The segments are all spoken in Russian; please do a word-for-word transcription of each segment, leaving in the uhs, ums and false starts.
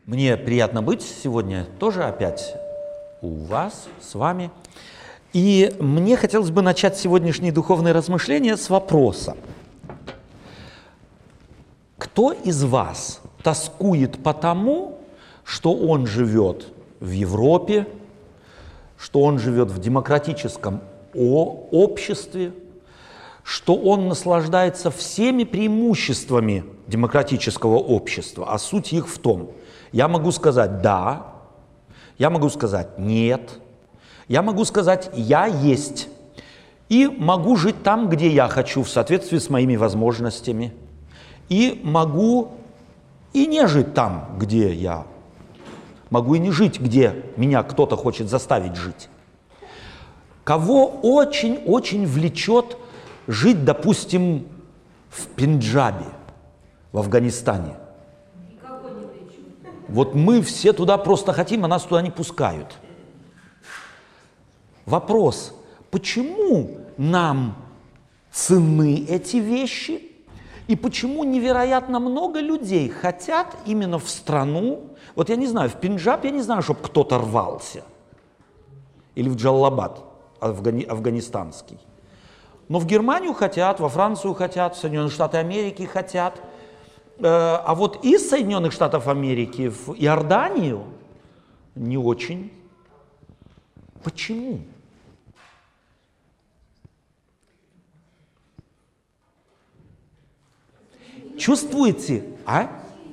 Мне приятно быть сегодня тоже опять у вас, с вами. И мне хотелось бы начать сегодняшние духовные размышления с вопроса. Кто из вас тоскует по тому, что он живет в Европе, что он живет в демократическом обществе, что он наслаждается всеми преимуществами демократического общества, а суть их в том: я могу сказать «да», я могу сказать «нет», я могу сказать «я есть», и могу жить там, где я хочу, в соответствии с моими возможностями, и могу и не жить там, где я, могу и не жить, где меня кто-то хочет заставить жить. Кого очень-очень влечет жить, допустим, в Пенджабе, в Афганистане? Вот мы все туда просто хотим, а нас туда не пускают. Вопрос: почему нам ценны эти вещи? И почему невероятно много людей хотят именно в страну, вот я не знаю, в Пенджаб я не знаю, чтобы кто-то рвался, или в Джалалабад, афгани, афганистанский. Но в Германию хотят, во Францию хотят, в Соединенные Штаты Америки хотят. А вот из Соединенных Штатов Америки в Иорданию не очень. Почему? Чувствуете, а?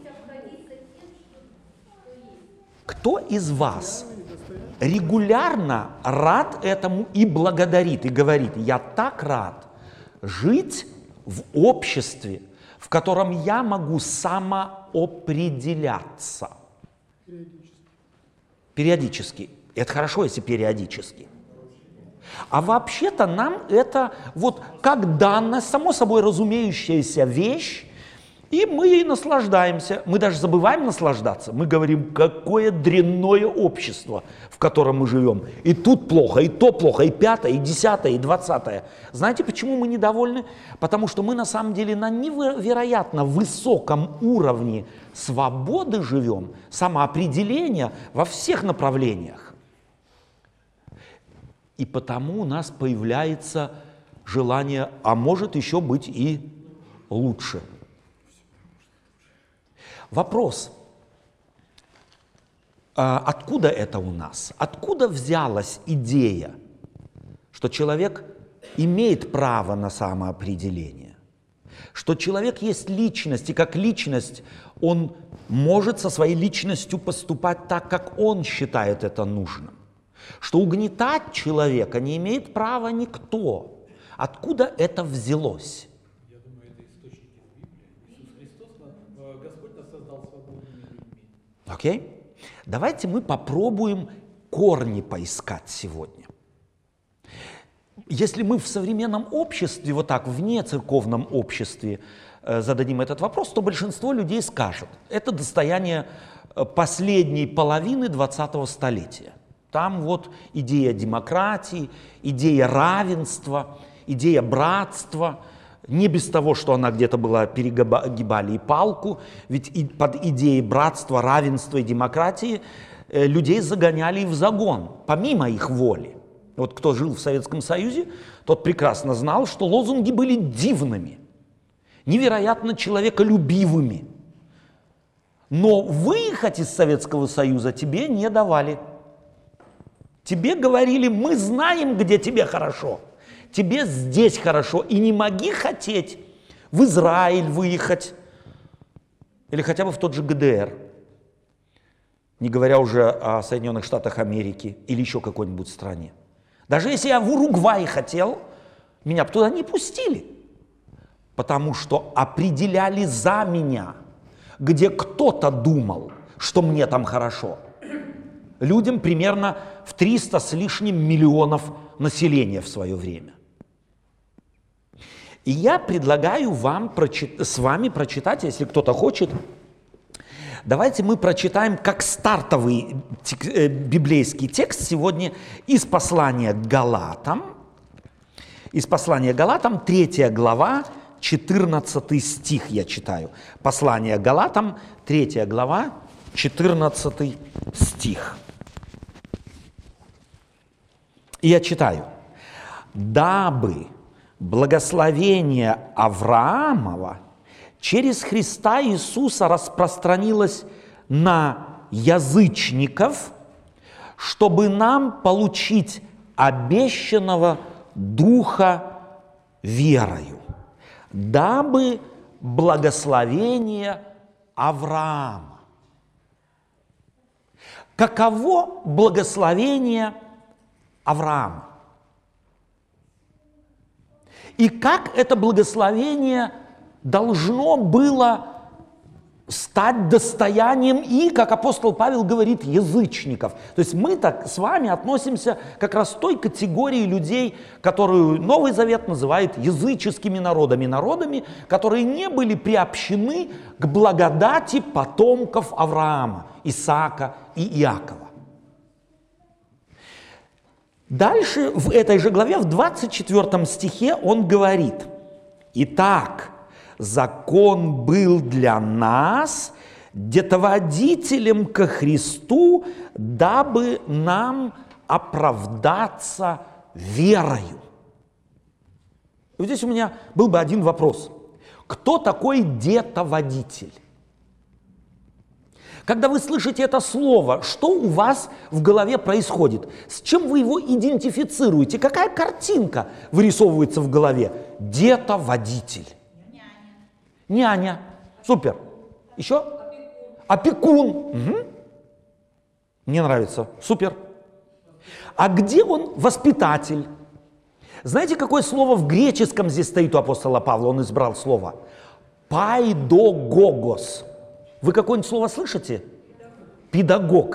Кто из вас регулярно рад этому и благодарит, и говорит: я так рад жить в обществе, в котором я могу самоопределяться? Периодически. Периодически. Это хорошо, если периодически. А вообще-то нам это вот как данная, само собой разумеющаяся вещь, и мы ей наслаждаемся. Мы даже забываем наслаждаться. Мы говорим, какое дрянное общество, в котором мы живем. И тут плохо, и то плохо, и пятое, и десятое, и двадцатое. Знаете, почему мы недовольны? Потому что мы на самом деле на невероятно высоком уровне свободы живем, самоопределения во всех направлениях. И потому у нас появляется желание, а может еще быть и лучше. Вопрос: а откуда это у нас? Откуда взялась идея, что человек имеет право на самоопределение? Что человек есть личность, и как личность он может со своей личностью поступать так, как он считает это нужным? Что угнетать человека не имеет права никто? Откуда это взялось? Окей? Okay? Давайте мы попробуем корни поискать сегодня. Если мы в современном обществе, вот так, вне церковном обществе э, зададим этот вопрос, то большинство людей скажет: это достояние последней половины двадцатого столетия. Там вот идея демократии, идея равенства, идея братства. Не без того, что она где-то была, перегибали и палку, ведь и под идеей братства, равенства и демократии э, людей загоняли в загон, помимо их воли. Вот кто жил в Советском Союзе, тот прекрасно знал, что лозунги были дивными, невероятно человеколюбивыми. Но выехать из Советского Союза тебе не давали. Тебе говорили: мы знаем, где тебе хорошо. Тебе здесь хорошо, и не моги хотеть в Израиль выехать или хотя бы в тот же ГДР, не говоря уже о Соединенных Штатах Америки или еще какой-нибудь стране. Даже если я в Уругвай хотел, меня бы туда не пустили, потому что определяли за меня, где кто-то думал, что мне там хорошо. Людям примерно в триста с лишним миллионов населения в свое время. И я предлагаю вам прочит... с вами прочитать, если кто-то хочет, давайте мы прочитаем как стартовый тек... библейский текст сегодня из послания к Галатам. Из послания к Галатам, третья глава, четырнадцатый стих я читаю. Послание к Галатам, третья глава, четырнадцатый стих. И я читаю. «Дабы благословение Авраамова через Христа Иисуса распространилось на язычников, чтобы нам получить обещанного Духа верою, дабы благословение Авраама». Каково благословение Авраама? И как это благословение должно было стать достоянием и, как апостол Павел говорит, язычников. То есть мы так с вами относимся как раз к той категории людей, которую Новый Завет называет языческими народами, народами, которые не были приобщены к благодати потомков Авраама, Исаака и Иакова. Дальше в этой же главе, в двадцать четвёртом стихе он говорит: «Итак, закон был для нас детоводителем ко Христу, дабы нам оправдаться верою». И вот здесь у меня был бы один вопрос. Кто такой детоводитель? Когда вы слышите это слово, что у вас в голове происходит? С чем вы его идентифицируете? Какая картинка вырисовывается в голове? Детоводитель. Няня. Няня. Супер. Еще? Опекун. Угу. Мне нравится. Супер. А где он воспитатель? Знаете, какое слово в греческом здесь стоит у апостола Павла? Он избрал слово. Пайдогогос. Вы какое-нибудь слово слышите? Педагог.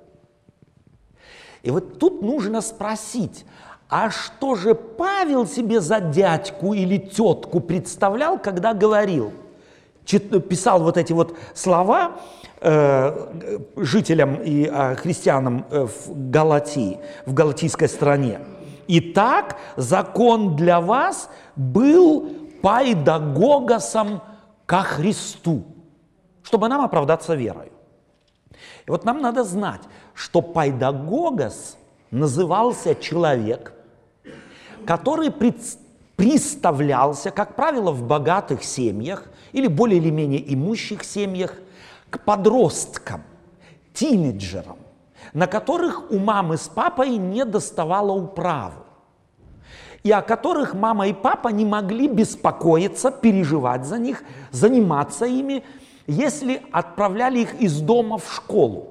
И вот тут нужно спросить, а что же Павел себе за дядьку или тетку представлял, когда говорил, писал вот эти вот слова э, жителям и э, христианам э, в Галатии, в галатийской стране? «Итак, закон для вас был пайдагогосом ко Христу, чтобы нам оправдаться верою». И вот нам надо знать, что пайдагогос назывался человек, который представлялся, как правило, в богатых семьях или более или менее имущих семьях, к подросткам, тинейджерам, на которых у мамы с папой не доставало управы, и о которых мама и папа не могли беспокоиться, переживать за них, заниматься ими, если отправляли их из дома в школу.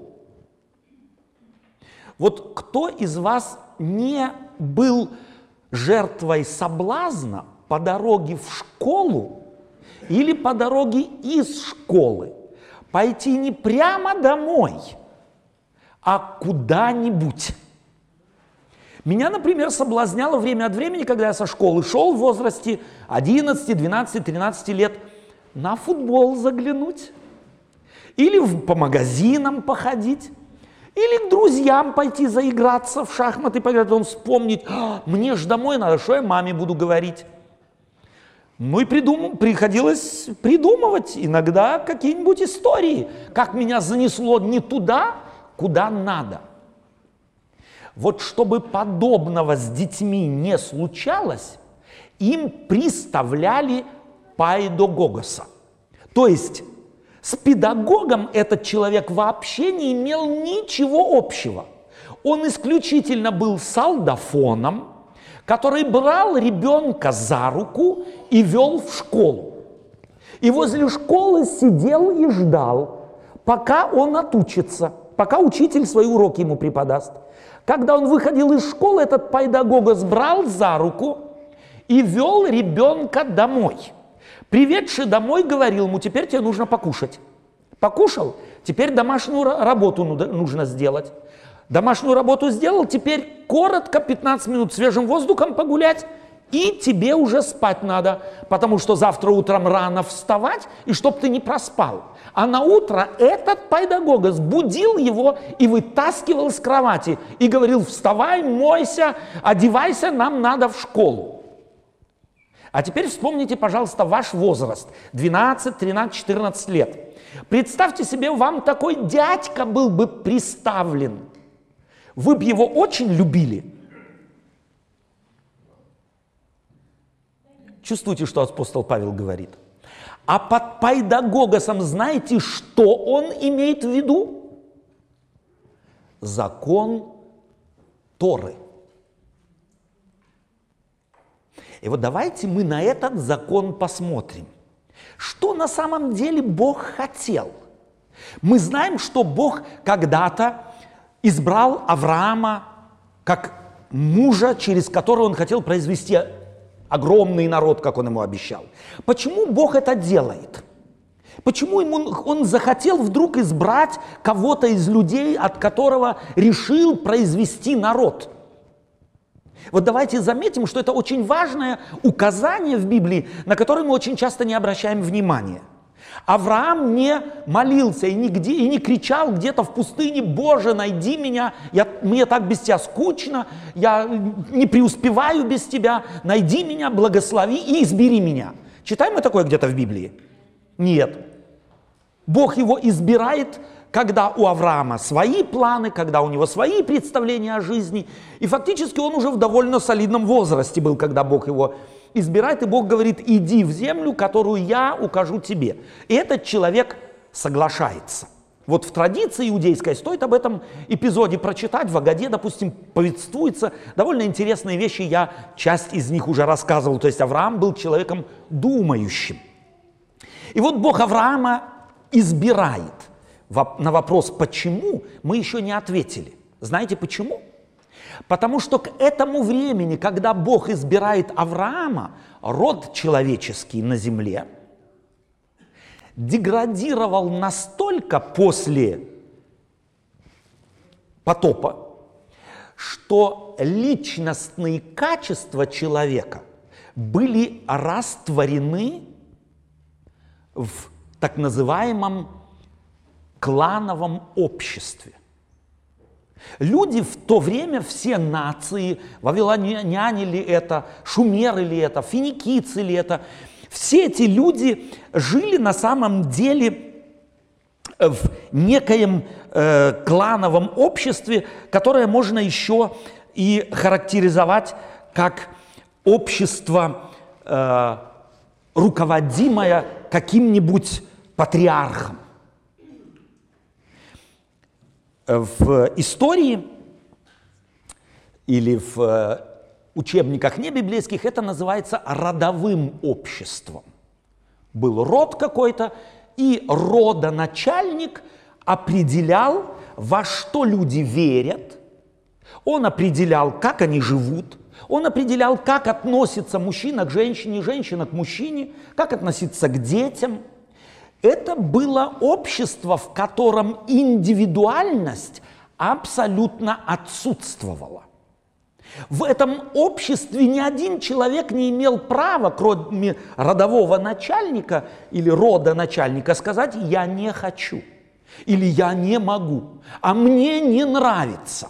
Вот кто из вас не был жертвой соблазна по дороге в школу или по дороге из школы пойти не прямо домой, а куда-нибудь? Меня, например, соблазняло время от времени, когда я со школы шел в возрасте одиннадцати, двенадцати, тринадцати лет, на футбол заглянуть, или в, по магазинам походить, или к друзьям пойти заиграться в шахматы, поиграть, он вспомнить, а, мне же домой надо, что я маме буду говорить. Ну и придум... приходилось придумывать иногда какие-нибудь истории, как меня занесло не туда, куда надо. Вот чтобы подобного с детьми не случалось, им приставляли пайдогогоса. То есть с педагогом этот человек вообще не имел ничего общего. Он исключительно был солдафоном, который брал ребенка за руку и вел в школу. И возле школы сидел и ждал, пока он отучится, пока учитель свои уроки ему преподаст. Когда он выходил из школы, этот пайдагогос брал за руку и вел ребенка домой. Приведший домой говорил ему: теперь тебе нужно покушать. Покушал? Теперь домашнюю работу нужно сделать. Домашнюю работу сделал, теперь коротко пятнадцать минут свежим воздухом погулять, и тебе уже спать надо, потому что завтра утром рано вставать, и чтоб ты не проспал. А на утро этот пайдагогос будил его и вытаскивал с кровати, и говорил: вставай, мойся, одевайся, нам надо в школу. А теперь вспомните, пожалуйста, ваш возраст. двенадцать, тринадцать, четырнадцать лет. Представьте себе, вам такой дядька был бы представлен. Вы бы его очень любили. Чувствуете, что апостол Павел говорит? А под пайдагогосом знаете, что он имеет в виду? Закон Торы. И вот давайте мы на этот закон посмотрим. Что на самом деле Бог хотел? Мы знаем, что Бог когда-то избрал Авраама как мужа, через которого он хотел произвести огромный народ, как он ему обещал. Почему Бог это делает? Почему ему, он захотел вдруг избрать кого-то из людей, от которого решил произвести народ? Вот давайте заметим, что это очень важное указание в Библии, на которое мы очень часто не обращаем внимания. Авраам не молился и, нигде, и не кричал где-то в пустыне: «Боже, найди меня, я, мне так без тебя скучно, я не преуспеваю без тебя, найди меня, благослови и избери меня». Читаем мы такое где-то в Библии? Нет. Бог его избирает, когда у Авраама свои планы, когда у него свои представления о жизни. И фактически он уже в довольно солидном возрасте был, когда Бог его избирает, и Бог говорит: иди в землю, которую я укажу тебе. И этот человек соглашается. Вот в традиции иудейской стоит об этом эпизоде прочитать. В Агаде, допустим, повествуется довольно интересные вещи. Я часть из них уже рассказывал. То есть Авраам был человеком думающим. И вот Бог Авраама избирает. На вопрос «почему?» мы еще не ответили. Знаете почему? Потому что к этому времени, когда Бог избирает Авраама, род человеческий на земле деградировал настолько после потопа, что личностные качества человека были растворены в так называемом клановом обществе. Люди в то время, все нации, вавилоняне ли это, шумеры ли это, финикийцы ли это, все эти люди жили на самом деле в некоем э, клановом обществе, которое можно еще и характеризовать как общество, э, руководимое каким-нибудь патриархом. В истории или в учебниках небиблейских это называется родовым обществом. Был род какой-то, и родоначальник определял, во что люди верят, он определял, как они живут, он определял, как относится мужчина к женщине, женщина к мужчине, как относиться к детям. Это было общество, в котором индивидуальность абсолютно отсутствовала. В этом обществе ни один человек не имел права, кроме родового начальника или рода начальника, сказать: «я не хочу» или «я не могу», «а мне не нравится».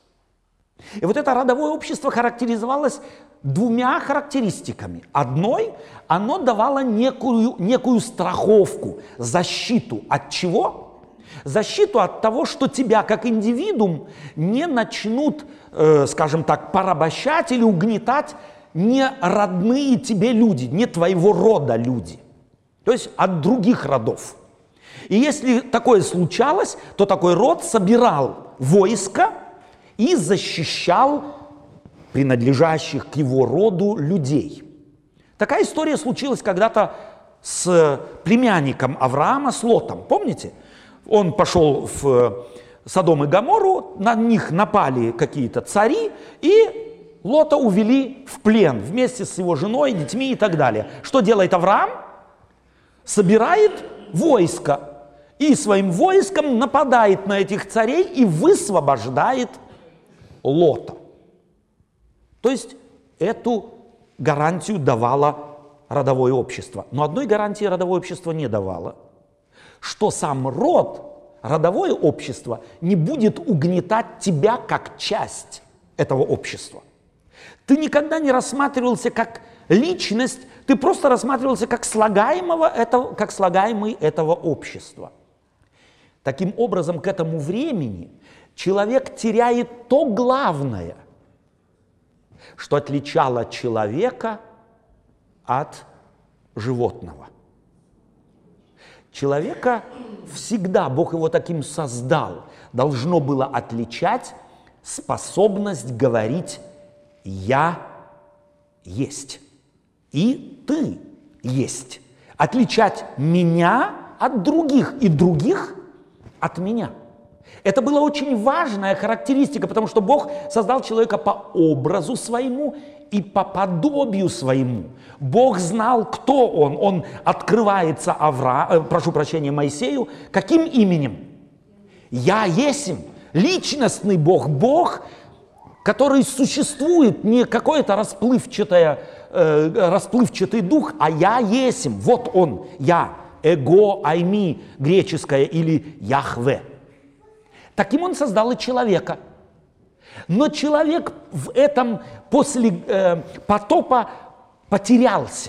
И вот это родовое общество характеризовалось двумя характеристиками. Одной, оно давало некую, некую страховку, защиту. От чего? Защиту от того, что тебя как индивидуум не начнут, э, скажем так, порабощать или угнетать не родные тебе люди, не твоего рода люди. То есть от других родов. И если такое случалось, то такой род собирал войско и защищал принадлежащих к его роду людей. Такая история случилась когда-то с племянником Авраама, с Лотом. Помните? Он пошел в Содом и Гоморру, на них напали какие-то цари, и Лота увели в плен вместе с его женой, детьми и так далее. Что делает Авраам? Собирает войско и своим войском нападает на этих царей и высвобождает Лота. То есть эту гарантию давало родовое общество. Но одной гарантии родовое общество не давало, что сам род, родовое общество, не будет угнетать тебя как часть этого общества. Ты никогда не рассматривался как личность, ты просто рассматривался как, слагаемого этого, как слагаемый этого общества. Таким образом, к этому времени человек теряет то главное, что отличало человека от животного. Человека всегда, Бог его таким создал, должно было отличать способность говорить «я есть» и «ты есть». Отличать меня от других и других от меня. Это была очень важная характеристика, потому что Бог создал человека по образу своему и по подобию своему. Бог знал, кто он. Он открывается Авра... э, прошу прощения, Моисею. Каким именем? Я есмь. Личностный Бог. Бог, который существует, не какой-то расплывчатое, э, расплывчатый дух, а я есмь. Вот он, я. Эго, айми, греческое, или Яхве. Таким он создал и человека. Но человек в этом после э, потопа потерялся.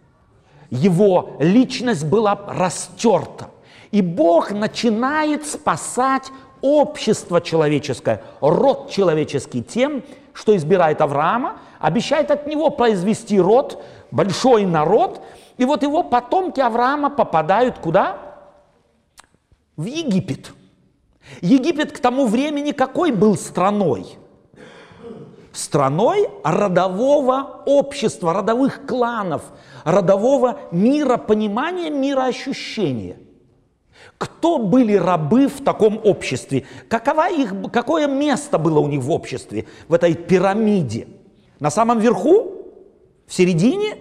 Его личность была растерта. И Бог начинает спасать общество человеческое, род человеческий тем, что избирает Авраама, обещает от него произвести род, большой народ. И вот его потомки Авраама попадают куда? В Египет. Египет к тому времени какой был страной? Страной родового общества, родовых кланов, родового миропонимания, мироощущения. Кто были рабы в таком обществе? Каково их, какое место было у них в обществе, в этой пирамиде? На самом верху? В середине?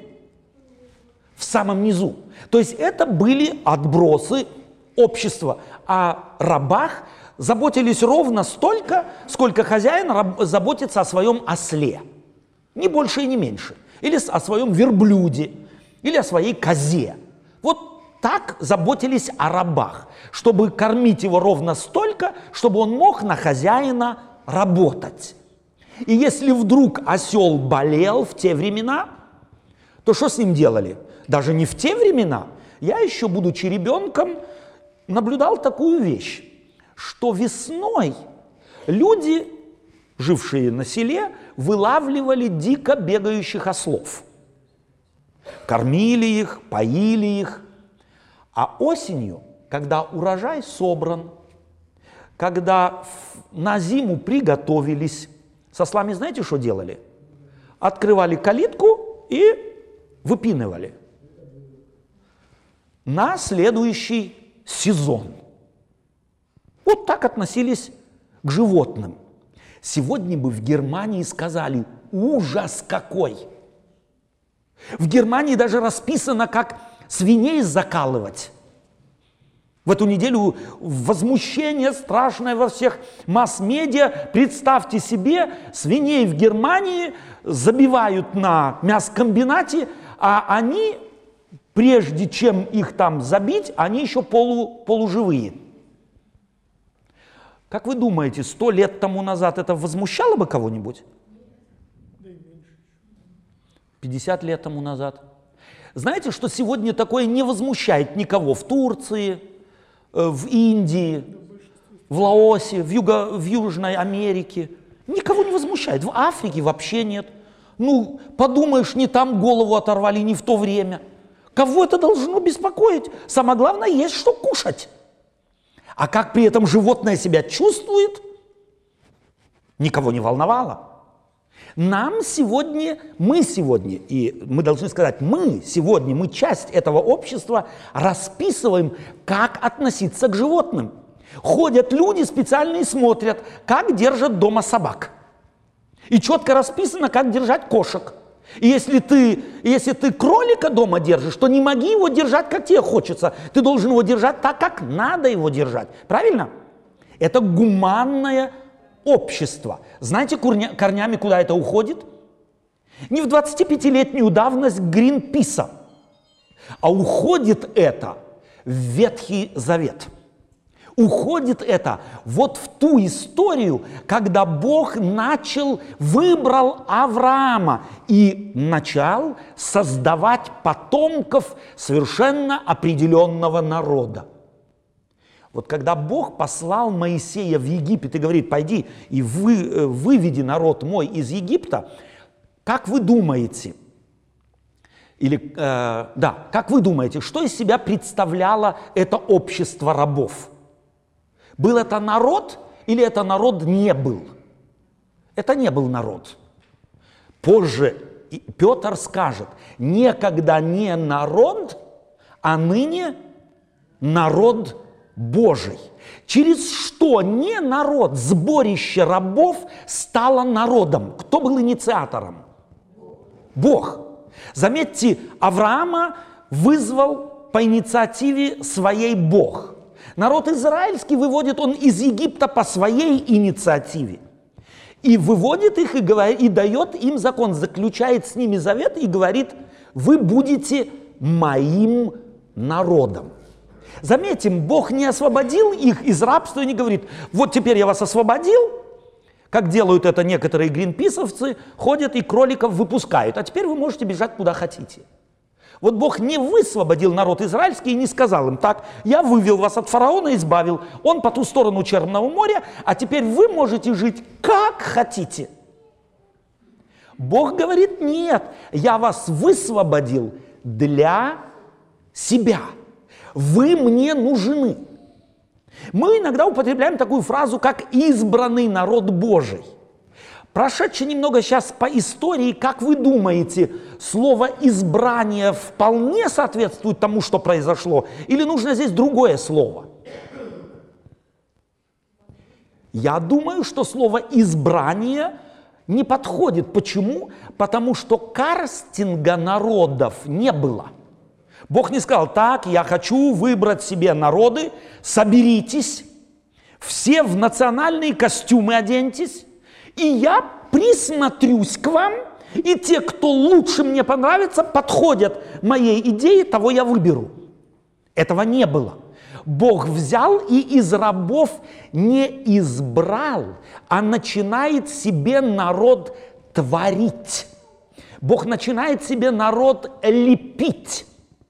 В самом низу. То есть это были отбросы общества. О рабах заботились ровно столько, сколько хозяин заботится о своем осле. Не больше и не меньше. Или о своем верблюде, или о своей козе. Вот так заботились о рабах, чтобы кормить его ровно столько, чтобы он мог на хозяина работать. И если вдруг осел болел в те времена, то что с ним делали? Даже не в те времена. Я еще, будучи ребенком, наблюдал такую вещь, что весной люди, жившие на селе, вылавливали дико бегающих ослов. Кормили их, поили их. А осенью, когда урожай собран, когда на зиму приготовились, с ослами знаете, что делали? Открывали калитку и выпинывали на следующий сезон. Вот так относились к животным. Сегодня бы в Германии сказали: ужас какой! В Германии даже расписано, как свиней закалывать. В эту неделю возмущение страшное во всех масс-медиа. Представьте себе, свиней в Германии забивают на мясокомбинате, а они, прежде чем их там забить, они еще полу, полуживые. Как вы думаете, сто лет тому назад это возмущало бы кого-нибудь? пятьдесят лет тому назад. Знаете, что сегодня такое не возмущает никого в Турции, в Индии, в Лаосе, в, Юго, в Южной Америке? Никого не возмущает. В Африке вообще нет. Ну, подумаешь, не там голову оторвали, не в то время. Кого это должно беспокоить? Самое главное, есть что кушать. А как при этом животное себя чувствует, никого не волновало. Нам сегодня, мы сегодня, и мы должны сказать, мы сегодня, мы часть этого общества, расписываем, как относиться к животным. Ходят люди специально и смотрят, как держат дома собак. И четко расписано, как держать кошек. И если ты, если ты кролика дома держишь, то не моги его держать, как тебе хочется. Ты должен его держать так, как надо его держать. Правильно? Это гуманное общество. Знаете, корня, корнями куда это уходит? Не в двадцатипятилетнюю давность Гринписа, а уходит это в Ветхий Завет. Уходит это вот в ту историю, когда Бог начал, выбрал Авраама и начал создавать потомков совершенно определенного народа. Вот когда Бог послал Моисея в Египет и говорит: пойди и вы, выведи народ мой из Египта, как вы думаете, или, э, да, как вы думаете, что из себя представляло это общество рабов? Был это народ или это народ не был? Это не был народ. Позже Петр скажет: некогда не народ, а ныне народ Божий. Через что не народ, сборище рабов стало народом? Кто был инициатором? Бог. Заметьте, Авраама вызвал по инициативе своей Бог. Народ израильский выводит он из Египта по своей инициативе. И выводит их и, говорит, и дает им закон, заключает с ними завет и говорит: вы будете моим народом. Заметим, Бог не освободил их из рабства и не говорит: вот теперь я вас освободил, как делают это некоторые гринписовцы, ходят и кроликов выпускают, а теперь вы можете бежать куда хотите. Вот Бог не высвободил народ израильский и не сказал им: так, я вывел вас от фараона, избавил, он по ту сторону Черного моря, а теперь вы можете жить как хотите. Бог говорит: нет, я вас высвободил для себя. Вы мне нужны. Мы иногда употребляем такую фразу, как «избранный народ Божий». Прошедший немного сейчас по истории, как вы думаете, слово «избрание» вполне соответствует тому, что произошло? Или нужно здесь другое слово? Я думаю, что слово «избрание» не подходит. Почему? Потому что кастинга народов не было. Бог не сказал: так, я хочу выбрать себе народы, соберитесь, все в национальные костюмы оденьтесь, и я присмотрюсь к вам, и те, кто лучше мне понравится, подходят моей идее, того я выберу. Этого не было. Бог взял и из рабов не избрал, а начинает себе народ творить. Бог начинает себе народ лепить.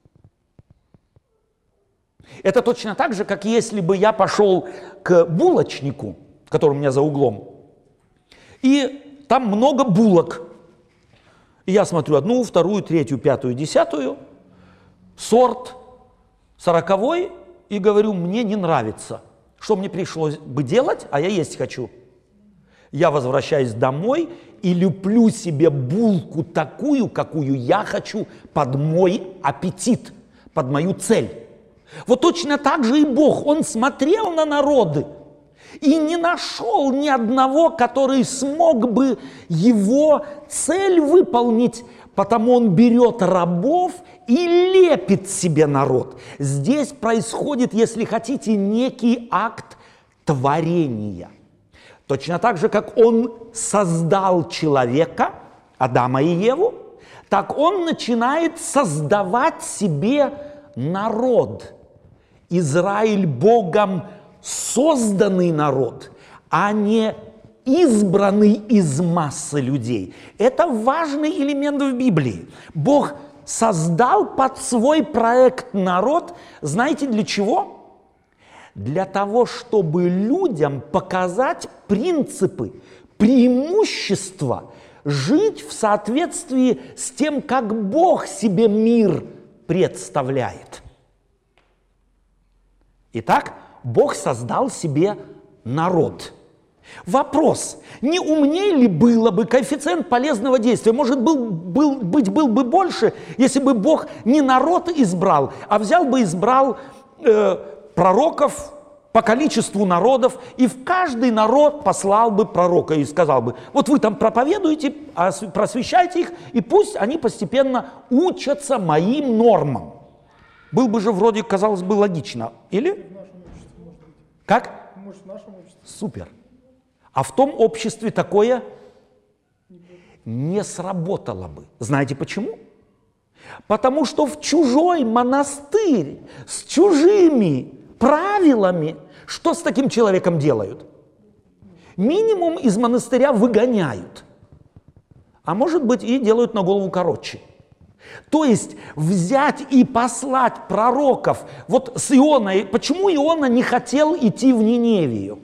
Это точно так же, как если бы я пошел к булочнику, который у меня за углом, и там много булок. И я смотрю одну, вторую, третью, пятую, десятую, сорт сороковой, и говорю: мне не нравится. Что мне пришлось бы делать? А я есть хочу. Я возвращаюсь домой и леплю себе булку такую, какую я хочу, под мой аппетит, под мою цель. Вот точно так же и Бог. Он смотрел на народы и не нашел ни одного, который смог бы его цель выполнить, потому он берет рабов и лепит себе народ. Здесь происходит, если хотите, некий акт творения. Точно так же, как он создал человека, Адама и Еву, так он начинает создавать себе народ. Израиль Богом созданный народ, а не избранный из массы людей. Это важный элемент в Библии. Бог создал под свой проект народ, знаете для чего? Для того, чтобы людям показать принципы, преимущества, жить в соответствии с тем, как Бог себе мир представляет. Итак, Бог создал себе народ. Вопрос: не умнее ли было бы коэффициент полезного действия? Может был, был, быть, был бы больше, если бы Бог не народ избрал, а взял бы, избрал э, пророков по количеству народов, и в каждый народ послал бы пророка и сказал бы: вот вы там проповедуете, просвещайте их, и пусть они постепенно учатся моим нормам. Был бы же вроде, казалось бы, логично. Или? Как? Может, в нашем обществе. Супер. А в том обществе такое не сработало бы. Знаете почему? Потому что в чужой монастырь с чужими правилами Что с таким человеком делают? Минимум из монастыря выгоняют. А может быть и делают на голову короче. То есть взять и послать пророков, вот с Ионой, почему Иона не хотел идти в Ниневию?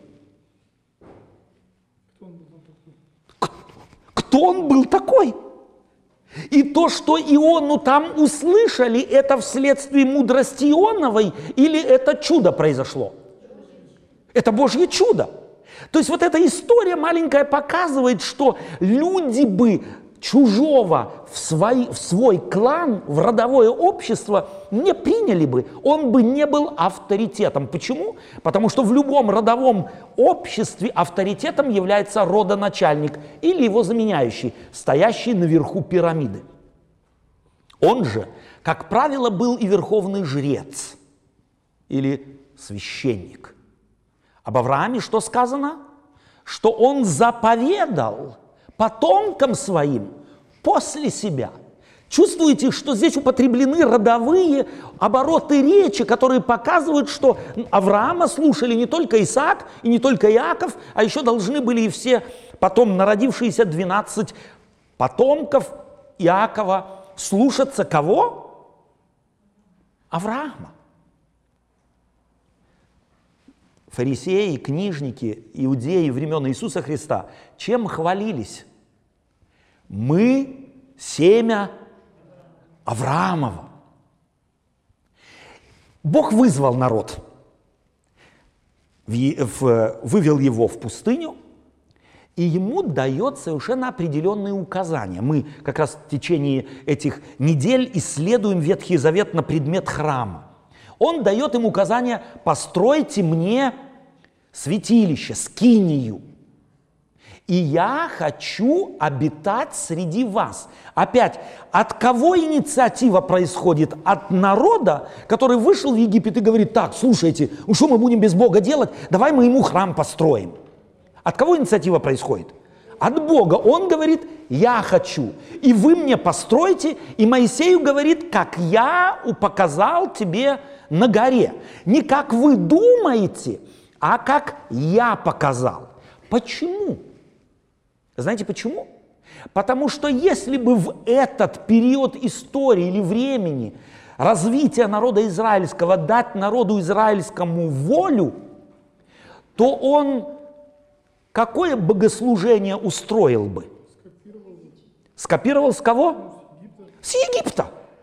Кто он был такой? И то, что Иону там услышали, это вследствие мудрости Ионовой или это чудо произошло? Это Божье чудо. То есть вот эта история маленькая показывает, что люди бы чужого в свой, в свой клан, в родовое общество не приняли бы. Он бы не был авторитетом. Почему? Потому что в любом родовом обществе авторитетом является родоначальник или его заменяющий, стоящий наверху пирамиды. Он же, как правило, был и верховный жрец или священник. Об Аврааме что сказано? Что он заповедал потомкам своим после себя. Чувствуете, что здесь употреблены родовые обороты речи, которые показывают, что Авраама слушали не только Исаак и не только Иаков, а еще должны были и все потом народившиеся двенадцать потомков Иакова слушаться кого? Авраама. Фарисеи, книжники, иудеи времен Иисуса Христа чем хвалились? Мы семя Авраамова. Бог вызвал народ, вывел его в пустыню, и ему дает совершенно определенные указания. Мы как раз в течение этих недель исследуем Ветхий Завет на предмет храма. Он дает им указание: постройте мне святилище, скинию, и я хочу обитать среди вас. Опять, от кого инициатива происходит? От народа, который вышел в Египет и говорит: так, слушайте, ну что мы будем без Бога делать? Давай мы ему храм построим. От кого инициатива происходит? От Бога. Он говорит: я хочу, и вы мне построите. И Моисею говорит: как я показал тебе на горе. Не как вы думаете, а как я показал. Почему? Знаете почему? Потому что если бы в этот период истории или времени развития народа израильского дать народу израильскому волю, то он какое богослужение устроил бы? Скопировал с кого? С Египта.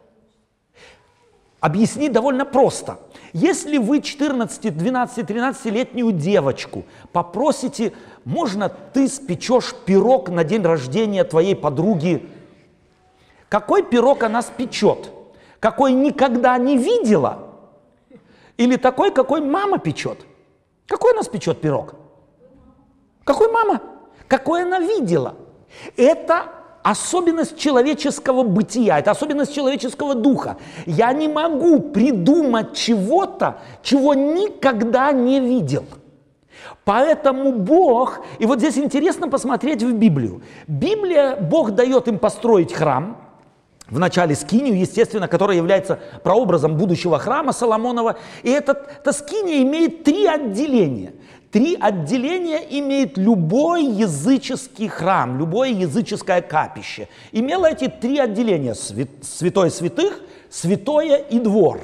Объяснить довольно просто. Если вы четырнадцати-, двенадцати-, тринадцатилетнюю девочку попросите: можно ты спечешь пирог на день рождения твоей подруги? Какой пирог она спечет? Какой никогда не видела? Или такой, какой мама печет? Какой она спечет пирог? Какой мама? Какой она видела? Это особенность человеческого бытия, это особенность человеческого духа. Я не могу придумать чего-то, чего никогда не видел. Поэтому Бог, и вот здесь интересно посмотреть в Библию. Библия, Бог дает им построить храм, вначале скинию, естественно, которая является прообразом будущего храма Соломонова. И этот, эта скиния имеет три отделения. Три отделения имеет любой языческий храм, любое языческое капище. Имело эти три отделения: святое святых, святое и двор.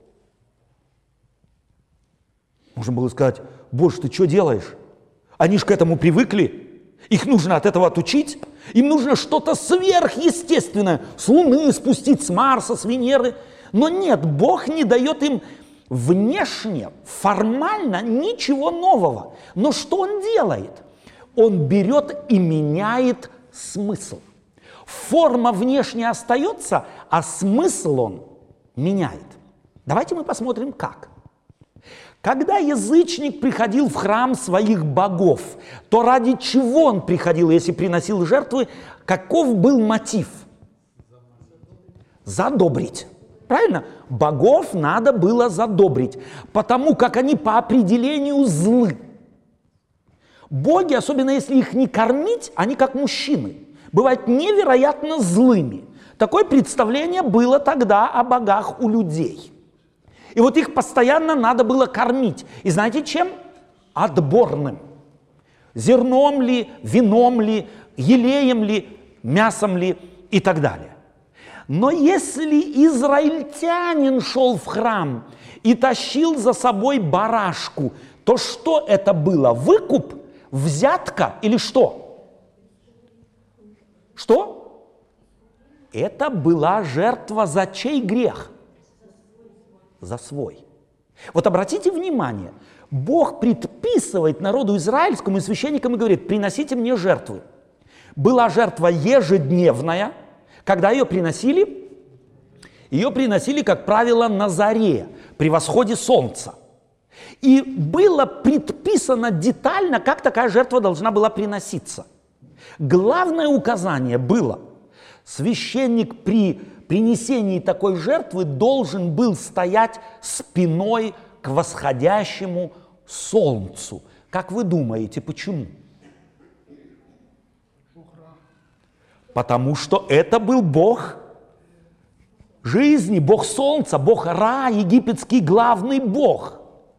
Можно было сказать: Боже, ты что делаешь? Они же к этому привыкли. Их нужно от этого отучить. Им нужно что-то сверхъестественное. С Луны спустить, с Марса, с Венеры. Но нет, Бог не дает им внешне, формально ничего нового. Но что он делает? Он берет и меняет смысл. Форма внешне остается, а смысл он меняет. Давайте мы посмотрим, как. Когда язычник приходил в храм своих богов, то ради чего он приходил, если приносил жертвы? Каков был мотив? Задобрить. Правильно? Богов надо было задобрить, потому как они по определению злы. Боги, особенно если их не кормить, они как мужчины, бывают невероятно злыми. Такое представление было тогда о богах у людей. И вот их постоянно надо было кормить. И знаете чем? отборным. Зерном ли, вином ли, елеем ли, мясом ли и так далее. Но если израильтянин шел в храм и тащил за собой барашку, то что это было? Выкуп, взятка или что? Что? Это была жертва за чей грех? За свой. Вот обратите внимание, Бог предписывает народу израильскому и священникам и говорит: приносите мне жертвы. Была жертва ежедневная. Когда ее приносили? Ее приносили, как правило, на заре, при восходе солнца. И было предписано детально, как такая жертва должна была приноситься. Главное указание было: священник при принесении такой жертвы должен был стоять спиной к восходящему солнцу. Как вы думаете, почему? Потому что это был Бог жизни, Бог солнца, Бог Ра, египетский главный Бог.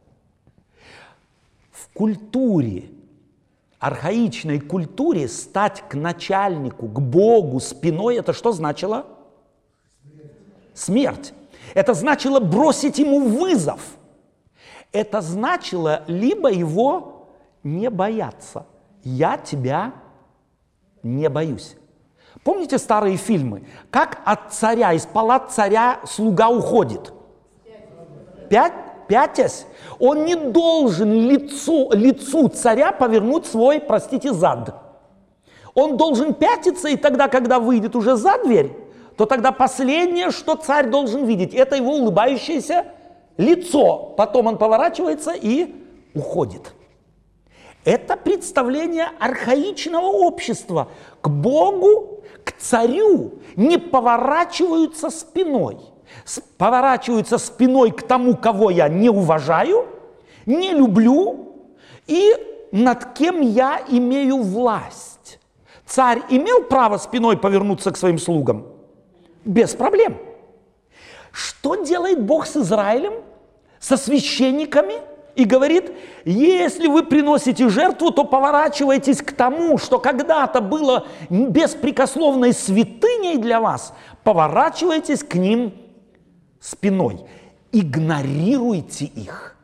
В культуре, архаичной культуре, стать к начальнику, к Богу спиной, это что значило? Смерть. Это значило бросить ему вызов. Это значило либо его не бояться. Я тебя не боюсь. Помните старые фильмы? Как от царя, из палат царя слуга уходит? Пять, пятясь. Он не должен лицу, лицу царя повернуть свой, простите, зад. Он должен пятиться, и тогда, когда выйдет уже за дверь, то тогда последнее, что царь должен видеть, это его улыбающееся лицо. Потом он поворачивается и уходит. Это представление архаичного общества. К Богу, к царю не поворачиваются спиной. Поворачиваются спиной к тому, кого я не уважаю, не люблю и над кем я имею власть. Царь имел право спиной повернуться к своим слугам? Без проблем. Что делает Бог с Израилем, со священниками? И говорит: если вы приносите жертву, то поворачивайтесь к тому, что когда-то было беспрекословной святыней для вас, поворачивайтесь к ним спиной. Игнорируйте их.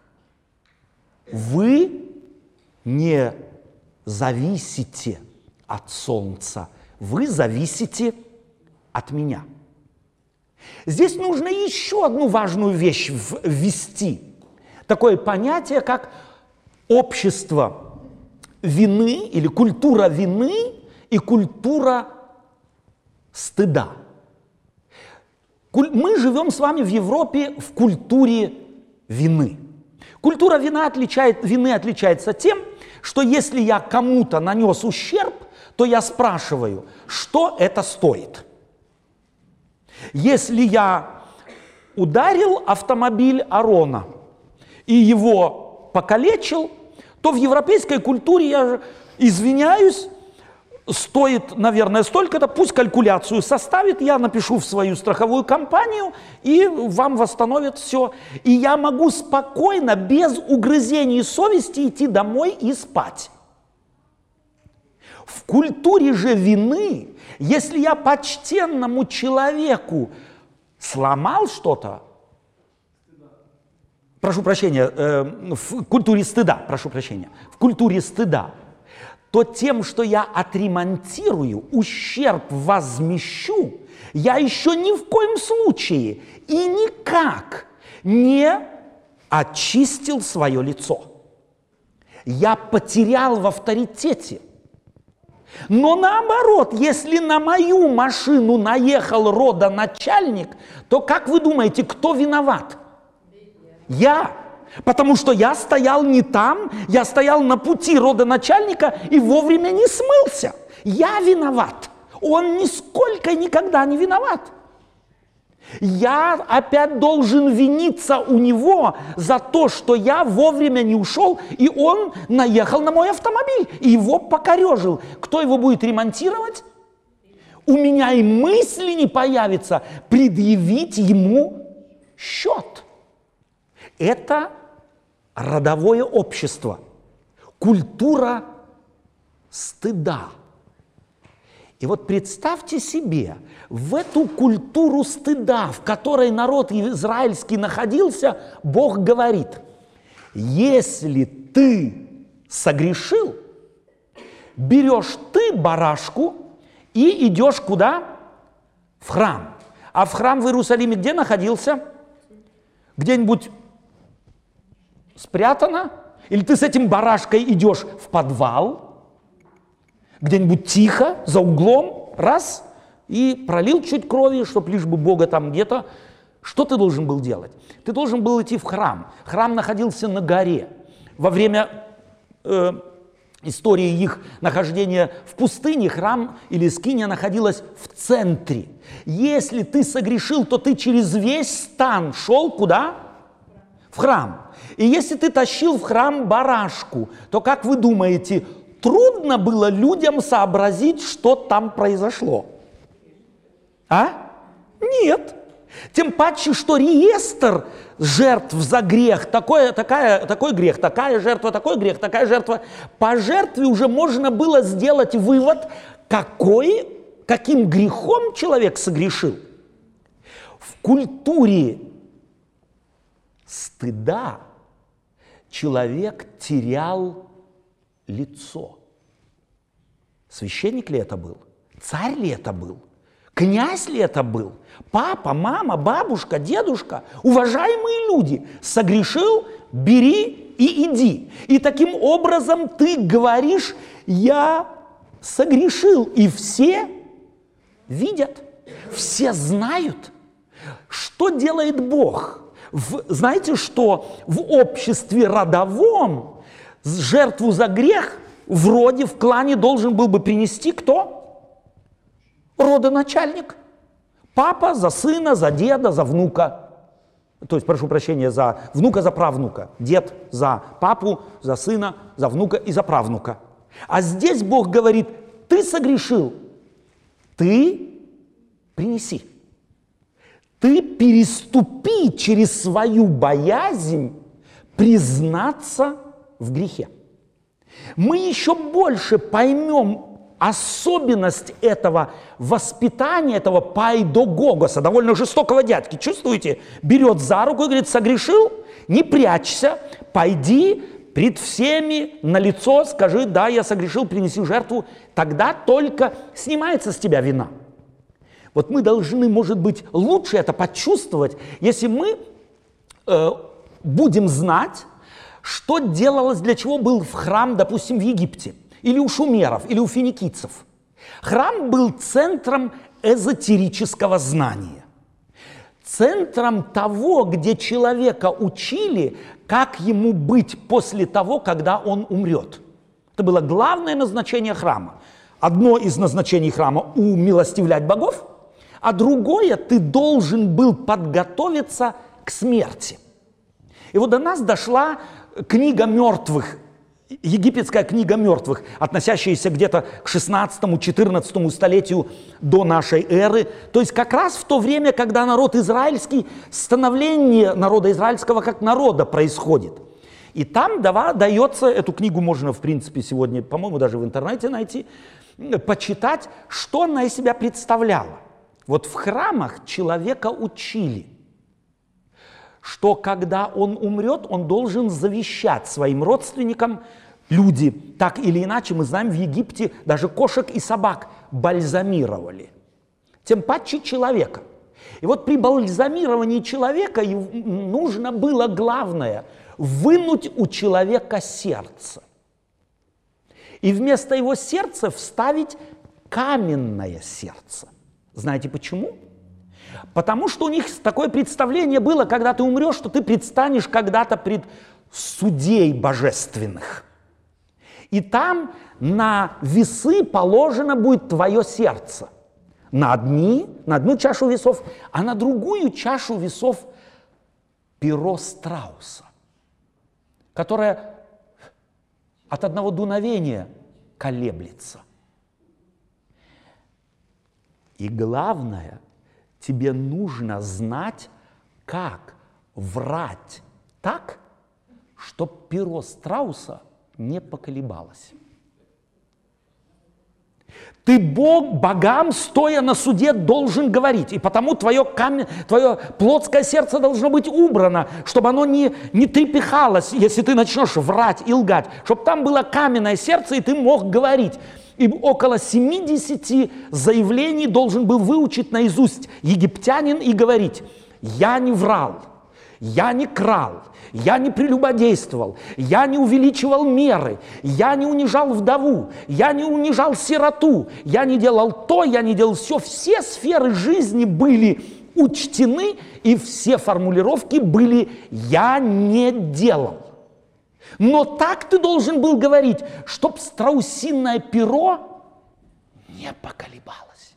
Вы не зависите от солнца, вы зависите от меня. Здесь нужно еще одну важную вещь ввести. Такое понятие, как общество вины или культура вины и культура стыда. Мы живем с вами в Европе в культуре вины. Культура вины, отличает, вины отличается тем, что если я кому-то нанес ущерб, то я спрашиваю, что это стоит. Если я ударил автомобиль Арона и его покалечил, то в европейской культуре я извиняюсь, стоит, наверное, столько-то, пусть калькуляцию составит, я напишу в свою страховую компанию, и вам восстановят все. И я могу спокойно, без угрызений совести идти домой и спать. В культуре же вины, если я почтенному человеку сломал что-то, прошу прощения, э, в культуре стыда, прошу прощения, в культуре стыда, то тем, что я отремонтирую, ущерб возмещу, я еще ни в коем случае и никак не очистил свое лицо. Я потерял в авторитете. Но наоборот, если на мою машину наехал родоначальник, то как вы думаете, кто виноват? Я. Потому что я стоял не там, я стоял на пути родоначальника и вовремя не смылся. Я виноват. Он нисколько никогда не виноват. Я опять должен виниться у него за то, что я вовремя не ушел, и он наехал на мой автомобиль, и его покорежил. Кто его будет ремонтировать? У меня и мысли не появится предъявить ему счет. Это родовое общество. культура стыда. И вот представьте себе, в эту культуру стыда, в которой народ израильский находился, Бог говорит: если ты согрешил, берешь ты барашку и идешь куда? В храм. А в храм в Иерусалиме где находился? Где-нибудь спрятано? Или ты с этим барашкой идешь в подвал, где-нибудь тихо, за углом, раз, и пролил чуть крови, чтобы лишь бы Бога там где-то. Что ты должен был делать? Ты должен был идти в храм. Храм находился на горе. Во время э, истории их нахождения в пустыне храм или скиния находилась в центре. Если ты согрешил, то ты через весь стан шел куда? В храм. И если ты тащил в храм барашку, то, как вы думаете, трудно было людям сообразить, что там произошло? А? Нет. Тем паче, что реестр жертв за грех, такое, такая, такой грех, такая жертва, такой грех, такая жертва, по жертве уже можно было сделать вывод, какой, каким грехом человек согрешил. В культуре стыда человек терял лицо. Священник ли это был? Царь ли это был? Князь ли это был? Папа, мама, бабушка, дедушка, уважаемые люди, согрешил, бери и иди. И таким образом ты говоришь: я согрешил. И все видят, все знают. Что делает Бог? В, знаете, что в обществе родовом жертву за грех вроде в клане должен был бы принести кто? Родоначальник. Папа за сына, за деда, за внука. То есть, прошу прощения, за внука, за правнука. Дед за папу, за сына, за внука и за правнука. А здесь Бог говорит: ты согрешил, ты принеси. Ты переступи через свою боязнь признаться в грехе. Мы еще больше поймем особенность этого воспитания, этого пайдогогоса, довольно жестокого дядьки. Чувствуете? Берет за руку и говорит: согрешил, не прячься, пойди пред всеми на лицо, скажи: да, я согрешил, принеси жертву. Тогда только снимается с тебя вина. Вот мы должны, может быть, лучше это почувствовать, если мы э, будем знать, что делалось, для чего был в храм, допустим, в Египте, или у шумеров, или у финикийцев. Храм был центром эзотерического знания, центром того, где человека учили, как ему быть после того, когда он умрет. Это было главное назначение храма. Одно из назначений храма – умилостивлять богов, а другое – ты должен был подготовиться к смерти. И вот до нас дошла книга мертвых, египетская книга мертвых, относящаяся где-то к шестнадцатому-четырнадцатому столетию до нашей эры. То есть как раз в то время, когда народ израильский, становление народа израильского как народа происходит. И там дава, дается, эту книгу можно, в принципе, сегодня, по-моему, даже в интернете найти, почитать, что она из себя представляла. Вот в храмах человека учили, что когда он умрет, он должен завещать своим родственникам. Люди, так или иначе, мы знаем, в Египте даже кошек и собак бальзамировали. Тем паче человека. И вот при бальзамировании человека нужно было главное – вынуть у человека сердце. И вместо его сердца вставить каменное сердце. Знаете почему? Потому что у них такое представление было, когда ты умрешь, что ты предстанешь когда-то пред судей божественных. И там на весы положено будет твое сердце. На, одни, на одну чашу весов, а на другую чашу весов перо страуса, которое от одного дуновения колеблется. И главное, тебе нужно знать, как врать так, чтобы перо страуса не поколебалась. Ты Бог, богам, стоя на суде, должен говорить. И потому твое, камень, твое плотское сердце должно быть убрано, чтобы оно не, не трепыхалось, если ты начнешь врать и лгать. Чтобы там было каменное сердце, и ты мог говорить. И около семидесяти заявлений должен был выучить наизусть египтянин и говорить: «Я не врал, я не крал, я не прелюбодействовал, я не увеличивал меры, я не унижал вдову, я не унижал сироту, я не делал то, я не делал все». Все сферы жизни были учтены, и все формулировки были «я не делал». Но так ты должен был говорить, чтоб страусиное перо не поколебалось.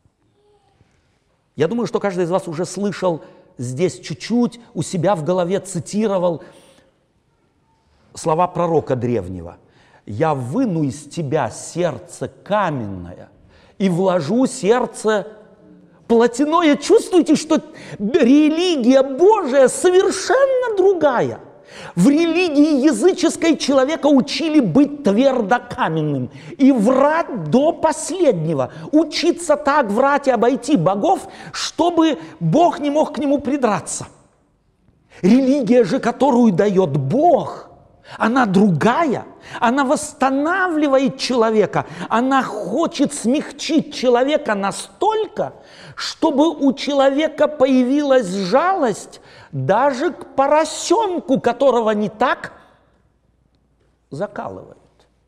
Я думаю, что каждый из вас уже слышал здесь чуть-чуть, у себя в голове цитировал слова пророка древнего. «Я выну из тебя сердце каменное и вложу сердце плотяное». Чувствуете, что религия Божия совершенно другая. В религии языческой человека учили быть твердокаменным и врать до последнего, учиться так врать и обойти богов, чтобы Бог не мог к нему придраться. Религия же, которую дает Бог, она другая, она восстанавливает человека, она хочет смягчить человека настолько, чтобы у человека появилась жалость даже к поросенку, которого не так закалывают.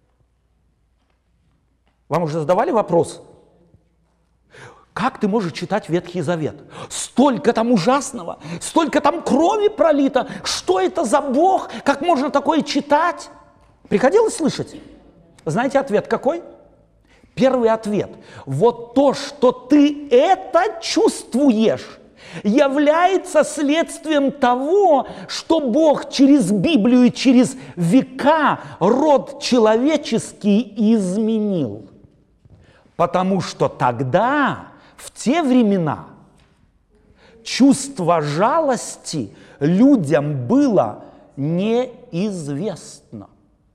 Вам уже задавали вопрос? Как ты можешь читать Ветхий Завет? Столько там ужасного, столько там крови пролито. Что это за Бог? Как можно такое читать? Приходилось слышать? Знаете ответ какой? Первый ответ. Вот то, что ты это чувствуешь, является следствием того, что Бог через Библию и через века род человеческий изменил. Потому что тогда, в те времена, чувство жалости людям было неизвестно.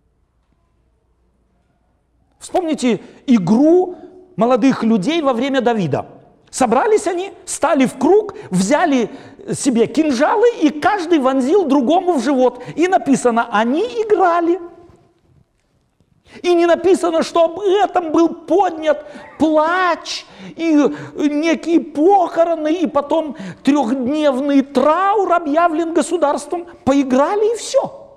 Вспомните игру молодых людей во время Давида. Собрались они, стали в круг, взяли себе кинжалы, и каждый вонзил другому в живот. И написано, они играли. И не написано, что об этом был поднят плач, и некие похороны, и потом трехдневный траур объявлен государством. Поиграли, и все.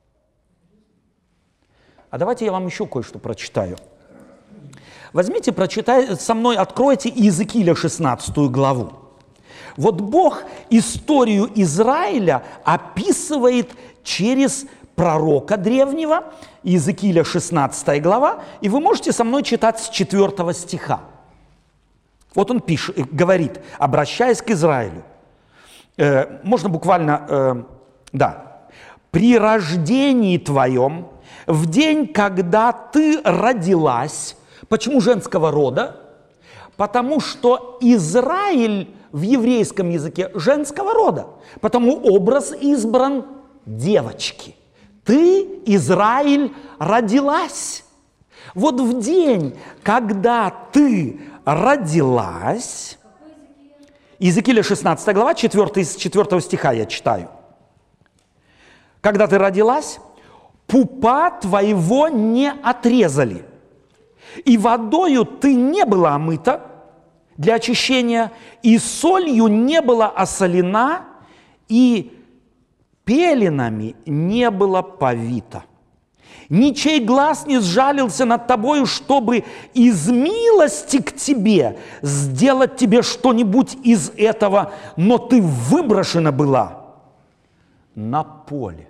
А давайте я вам еще кое-что прочитаю. Возьмите, прочитайте со мной, откройте Иезекииля шестнадцатую главу. Вот Бог историю Израиля описывает через пророка древнего, Иезекииля шестнадцатая глава, и вы можете со мной читать с четвёртого стиха. Вот он пишет, говорит, обращаясь к Израилю, э, можно буквально, э, да, «При рождении твоем, в день, когда ты родилась». Почему женского рода? Потому что Израиль в еврейском языке женского рода. Потому образ избран девочки. Ты, Израиль, родилась. Вот в день, когда ты родилась, Иезекииля шестнадцатая глава, четвёртый, с четвёртого стиха я читаю. Когда ты родилась, пупа твоего не отрезали, и водою ты не была омыта для очищения, и солью не была осолена, и пеленами не было повито. Ничей глаз не сжалился над тобою, чтобы из милости к тебе сделать тебе что-нибудь из этого, но ты выброшена была на поле.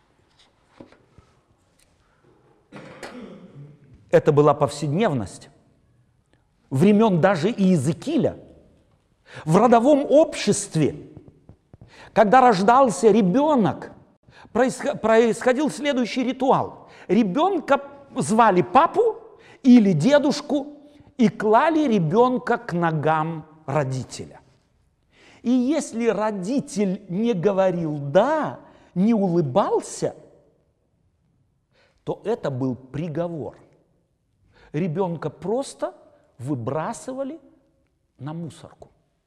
Это была повседневность времен даже Иезекииля. В родовом обществе, когда рождался ребенок, происходил следующий ритуал. Ребенка звали папу или дедушку и клали ребенка к ногам родителя. И если родитель не говорил «да», не улыбался, то это был приговор. Ребенка просто выбрасывали на мусорку.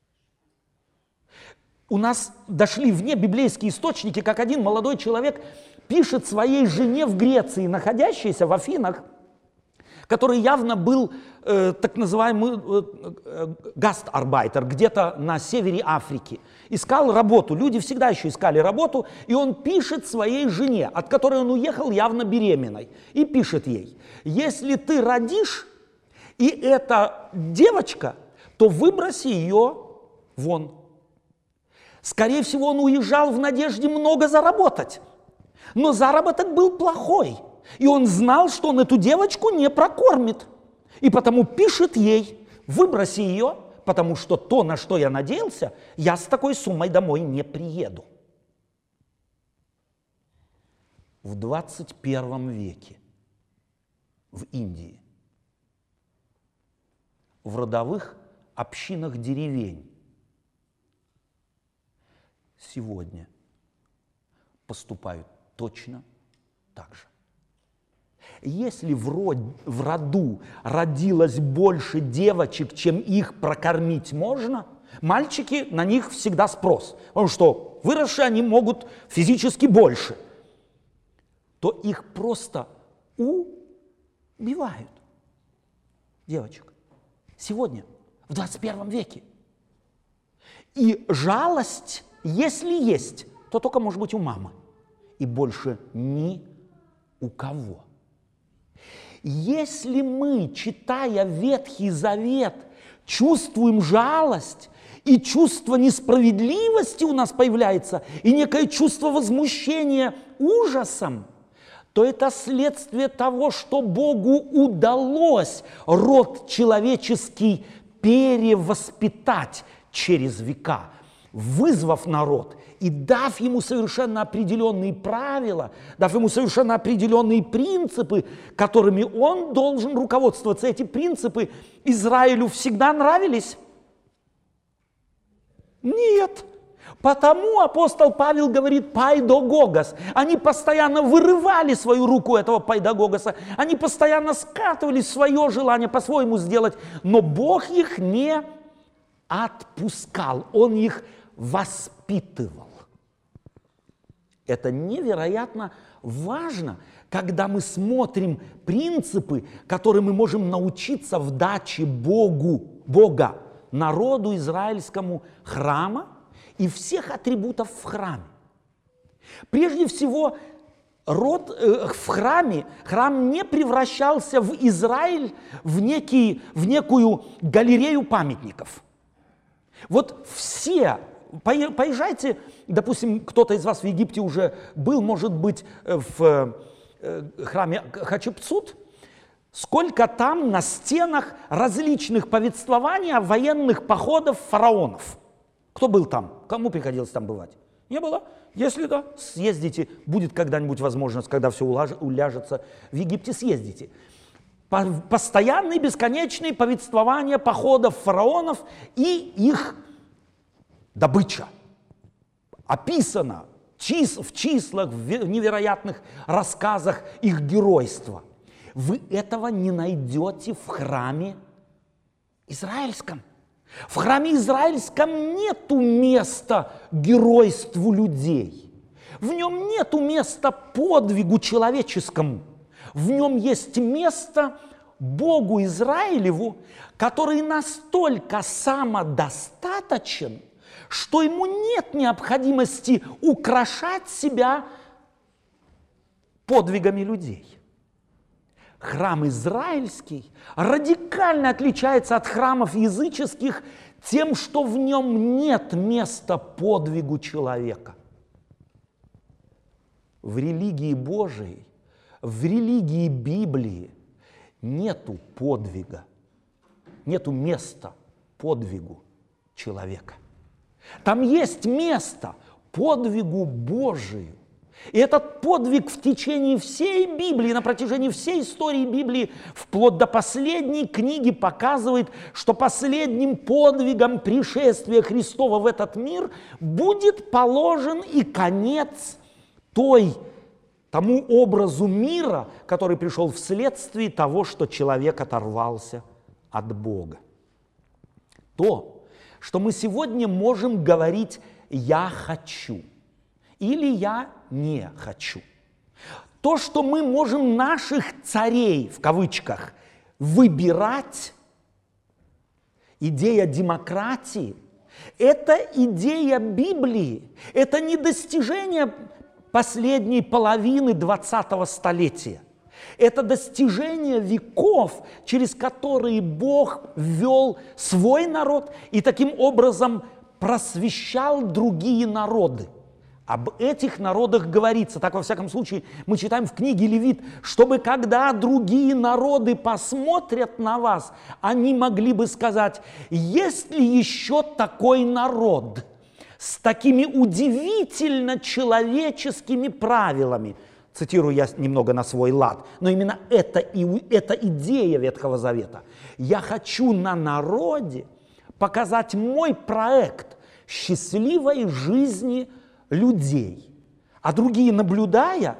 У нас дошли вне библейские источники, как один молодой человек пишет своей жене в Греции, находящейся в Афинах, который явно был э, так называемый э, э, гастарбайтер, где-то на севере Африки. Искал работу, люди всегда еще искали работу, и он пишет своей жене, от которой он уехал явно беременной, и пишет ей: если ты родишь, и это девочка, то выброси ее вон. Скорее всего, он уезжал в надежде много заработать, но заработок был плохой. И он знал, что он эту девочку не прокормит. И потому пишет ей: выброси ее, потому что то, на что я надеялся, я с такой суммой домой не приеду. В двадцать первом веке в Индии, в родовых общинах деревень, сегодня поступают точно так же. Если в, род, в роду родилось больше девочек, чем их прокормить можно, мальчики, на них всегда спрос. Потому что выросшие они могут физически больше. То их просто убивают. Девочек. Сегодня, в двадцать первом веке. И жалость, если есть, то только может быть у мамы. И больше ни у кого. Если мы, читая Ветхий Завет, чувствуем жалость, и чувство несправедливости у нас появляется, и некое чувство возмущения ужасом, то это следствие того, что Богу удалось род человеческий перевоспитать через века, вызвав народ и дав ему совершенно определенные правила, дав ему совершенно определенные принципы, которыми он должен руководствоваться. Эти принципы Израилю всегда нравились? Нет. Потому апостол Павел говорит «пайдогогос». Они постоянно вырывали свою руку этого пайдогогоса, они постоянно скатывали свое желание по-своему сделать, но Бог их не отпускал, Он их воспитывал. Это невероятно важно, когда мы смотрим принципы, которые мы можем научиться в даче Богу, Бога, народу израильскому храма и всех атрибутов в храме. Прежде всего, род, э, в храме, храм не превращался в Израиль в, некий, в некую галерею памятников. Вот все, поезжайте, допустим, кто-то из вас в Египте уже был, может быть, в храме Хатшепсут, сколько там на стенах различных повествований о военных походах фараонов. Кто был там? Кому приходилось там бывать? Не было? Если да, съездите, будет когда-нибудь возможность, когда все уляжется в Египте, съездите. Постоянные, бесконечные повествования походов фараонов и их добыча. Описано в числах, в невероятных рассказах их геройства. Вы этого не найдете в храме израильском. В храме израильском нету места геройству людей. В нем нету места подвигу человеческому. В нем есть место Богу Израилеву, который настолько самодостаточен, что ему нет необходимости украшать себя подвигами людей. Храм израильский радикально отличается от храмов языческих тем, что в нем нет места подвигу человека. В религии Божией, в религии Библии нету подвига, нету места подвигу человека. Там есть место подвигу Божию. И этот подвиг в течение всей Библии, на протяжении всей истории Библии, вплоть до последней книги, показывает, что последним подвигом пришествия Христова в этот мир будет положен и конец той тому образу мира, который пришел вследствие того, что человек оторвался от Бога. То, что мы сегодня можем говорить «я хочу» или «я не хочу». То, что мы можем наших царей, в кавычках, выбирать, идея демократии, это идея Библии, это не достижение последней половины двадцатого столетия. Это достижение веков, через которые Бог ввел свой народ и таким образом просвещал другие народы. Об этих народах говорится, так во всяком случае мы читаем в книге Левит, чтобы когда другие народы посмотрят на вас, они могли бы сказать, есть ли еще такой народ с такими удивительно человеческими правилами. Цитирую я немного на свой лад, но именно это, это идея Ветхого Завета. Я хочу на народе показать мой проект счастливой жизни людей, а другие, наблюдая,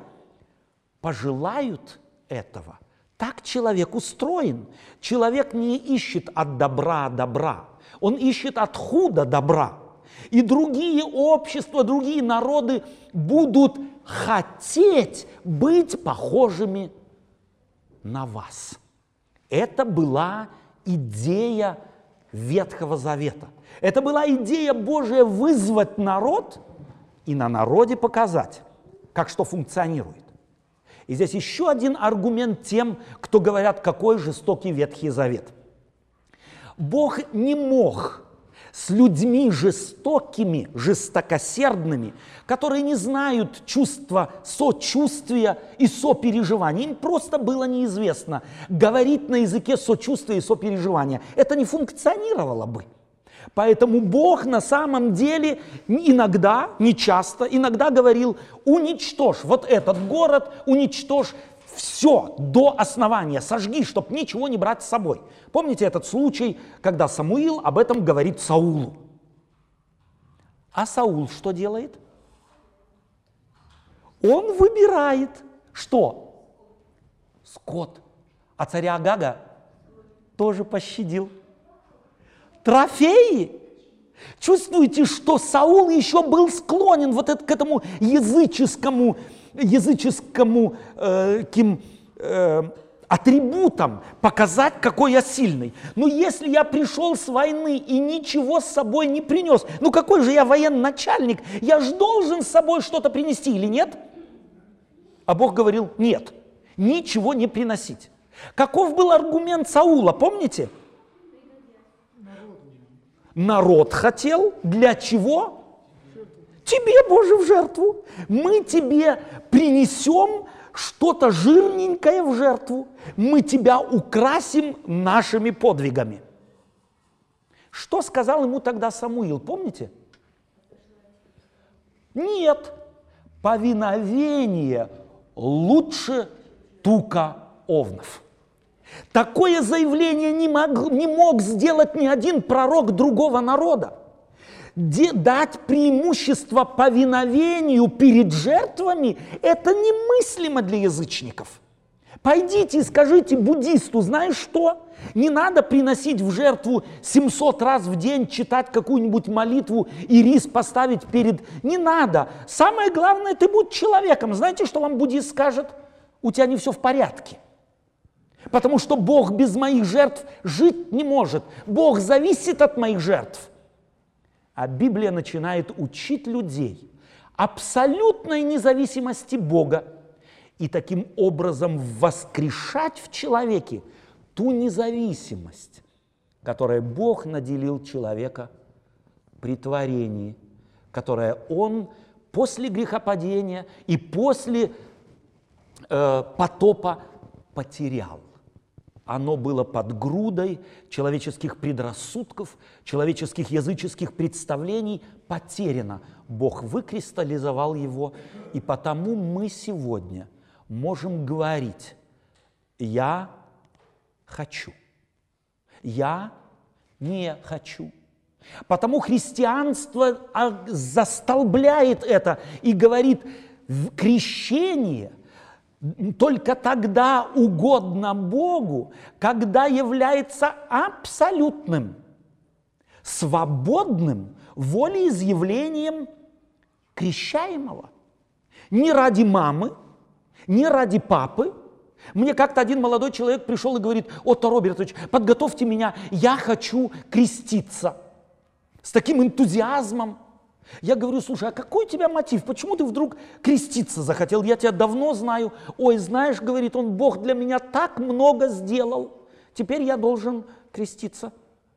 пожелают этого. Так человек устроен. Человек не ищет от добра добра, он ищет от худа добра. И другие общества, другие народы будут хотеть быть похожими на вас. Это была идея Ветхого Завета. Это была идея Божия вызвать народ и на народе показать, как что функционирует. И здесь еще один аргумент тем, кто говорят, какой жестокий Ветхий Завет. Бог не мог с людьми жестокими, жестокосердными, которые не знают чувства сочувствия и сопереживания. Им просто было неизвестно говорить на языке сочувствия и сопереживания. Это не функционировало бы. Поэтому Бог на самом деле иногда, не часто, иногда говорил, уничтожь вот этот город, уничтожь все до основания, сожги, чтобы ничего не брать с собой. Помните этот случай, когда Самуил об этом говорит Саулу? А Саул что делает? Он выбирает что? Скот. А царя Агага тоже пощадил. Трофеи. Чувствуете, что Саул еще был склонен вот это, к этому языческому, языческому э, ким, э, атрибутам, показать, какой я сильный. Но если я пришел с войны и ничего с собой не принес, ну какой же я военачальник, я же должен с собой что-то принести или нет? А Бог говорил, нет, ничего не приносить. Каков был аргумент Саула, помните? Народ хотел для чего? Тебе, Боже, в жертву. Мы тебе принесем что-то жирненькое в жертву. Мы тебя украсим нашими подвигами. Что сказал ему тогда Самуил, помните? Нет, повиновение лучше тука овнов. Такое заявление не мог, не мог сделать ни один пророк другого народа. Де, дать преимущество повиновению перед жертвами – это немыслимо для язычников. Пойдите и скажите буддисту, знаешь что? Не надо приносить в жертву семьсот раз в день, читать какую-нибудь молитву и рис поставить перед… Не надо. Самое главное, ты будь человеком. Знаете, что вам буддист скажет? У тебя не все в порядке. Потому что Бог без моих жертв жить не может. Бог зависит от моих жертв. А Библия начинает учить людей абсолютной независимости Бога и таким образом воскрешать в человеке ту независимость, которой Бог наделил человека при творении, которое он после грехопадения и после э, потопа потерял. Оно было под грудой человеческих предрассудков, человеческих языческих представлений потеряно. Бог выкристаллизовал его, и потому мы сегодня можем говорить: «Я хочу», «Я не хочу». Потому христианство застолбляет это и говорит: крещение Только тогда угодно Богу, когда является абсолютным, свободным волеизъявлением крещаемого. Не ради мамы, не ради папы. Мне как-то один молодой человек пришел и говорит: Отто Робертович, подготовьте меня, я хочу креститься. С таким энтузиазмом. Я говорю: слушай, а какой у тебя мотив? Почему ты вдруг креститься захотел? Я тебя давно знаю. Ой, знаешь, говорит он, Бог для меня так много сделал. Теперь я должен креститься.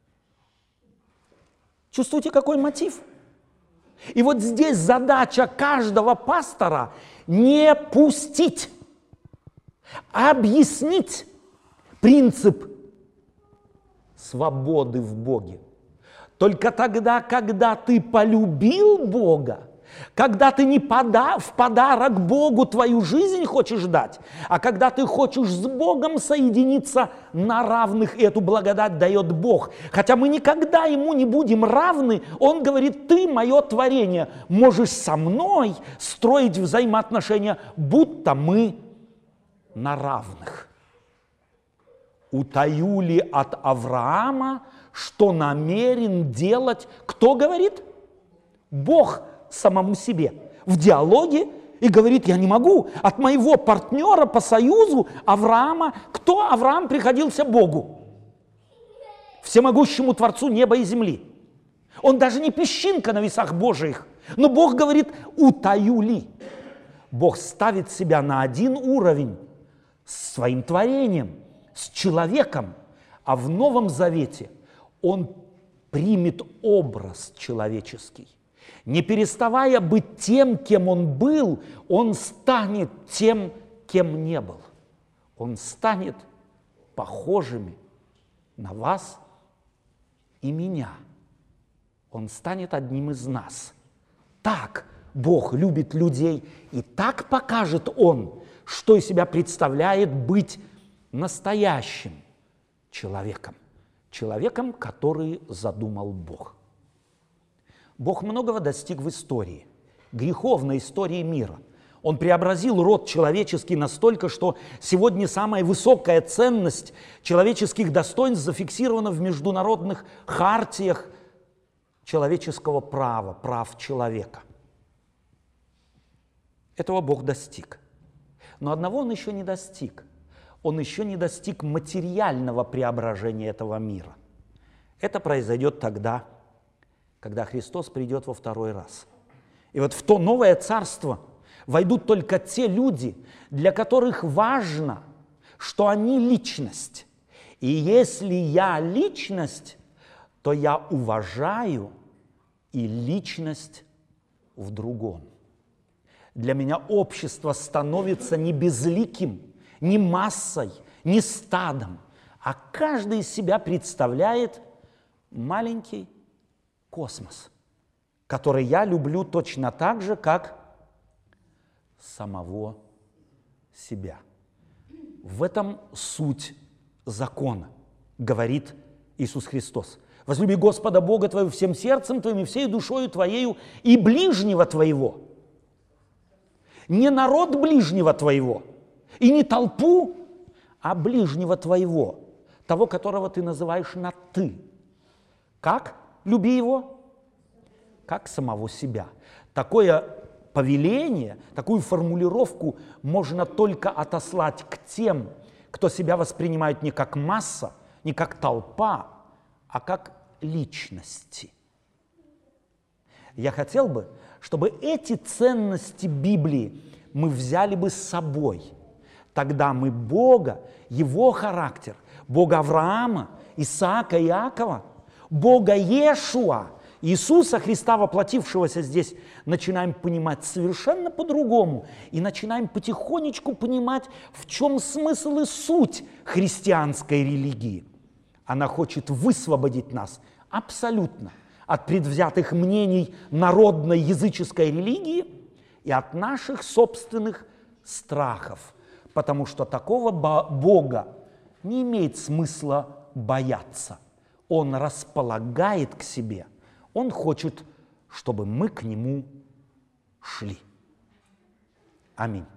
Чувствуете, какой мотив? И вот здесь задача каждого пастора не пустить, объяснить принцип свободы в Боге. Только тогда, когда ты полюбил Бога, когда ты не пода- в подарок Богу твою жизнь хочешь дать, а когда ты хочешь с Богом соединиться на равных, и эту благодать дает Бог. Хотя мы никогда Ему не будем равны, Он говорит: ты мое творение, можешь со мной строить взаимоотношения, будто мы на равных. Утаю ли от Авраама, что намерен делать, кто говорит? Бог самому себе в диалоге, и говорит: я не могу от моего партнера по союзу Авраама. Кто Авраам приходился Богу? Всемогущему Творцу неба и земли. Он даже не песчинка на весах Божиих. Но Бог говорит: утаю ли. Бог ставит себя на один уровень с своим творением, с человеком, а в Новом Завете Он примет образ человеческий. Не переставая быть тем, кем Он был, Он станет тем, кем не был. Он станет похожими на вас и меня. Он станет одним из нас. Так Бог любит людей, и так покажет Он, что из себя представляет быть настоящим человеком. Человеком, который задумал Бог. Бог многого достиг в истории, греховной истории мира. Он преобразил род человеческий настолько, что сегодня самая высокая ценность человеческих достоинств зафиксирована в международных хартиях человеческого права, прав человека. Этого Бог достиг. Но одного Он еще не достиг. Он еще не достиг материального преображения этого мира. Это произойдет тогда, когда Христос придет во второй раз. И вот в то новое царство войдут только те люди, для которых важно, что они личность. И если я личность, то я уважаю и личность в другом. Для меня общество становится не безликим, не массой, не стадом, а каждый из себя представляет маленький космос, который я люблю точно так же, как самого себя. В этом суть закона, говорит Иисус Христос. Возлюби Господа Бога твоего всем сердцем твоим и всей душою твоею и ближнего твоего. Не народ ближнего твоего и не толпу, а ближнего твоего, того, которого ты называешь на «ты». Как? Люби его, как самого себя. Такое повеление, такую формулировку можно только отослать к тем, кто себя воспринимает не как масса, не как толпа, а как личности. Я хотел бы, чтобы эти ценности Библии мы взяли бы с собой. Тогда мы Бога, Его характер, Бога Авраама, Исаака, Иакова, Бога Иешуа, Иисуса Христа, воплотившегося здесь, начинаем понимать совершенно по-другому и начинаем потихонечку понимать, в чем смысл и суть христианской религии. Она хочет высвободить нас абсолютно от предвзятых мнений народной языческой религии и от наших собственных страхов, потому что такого Бога не имеет смысла бояться. Он располагает к себе. Он хочет, чтобы мы к Нему шли. Аминь.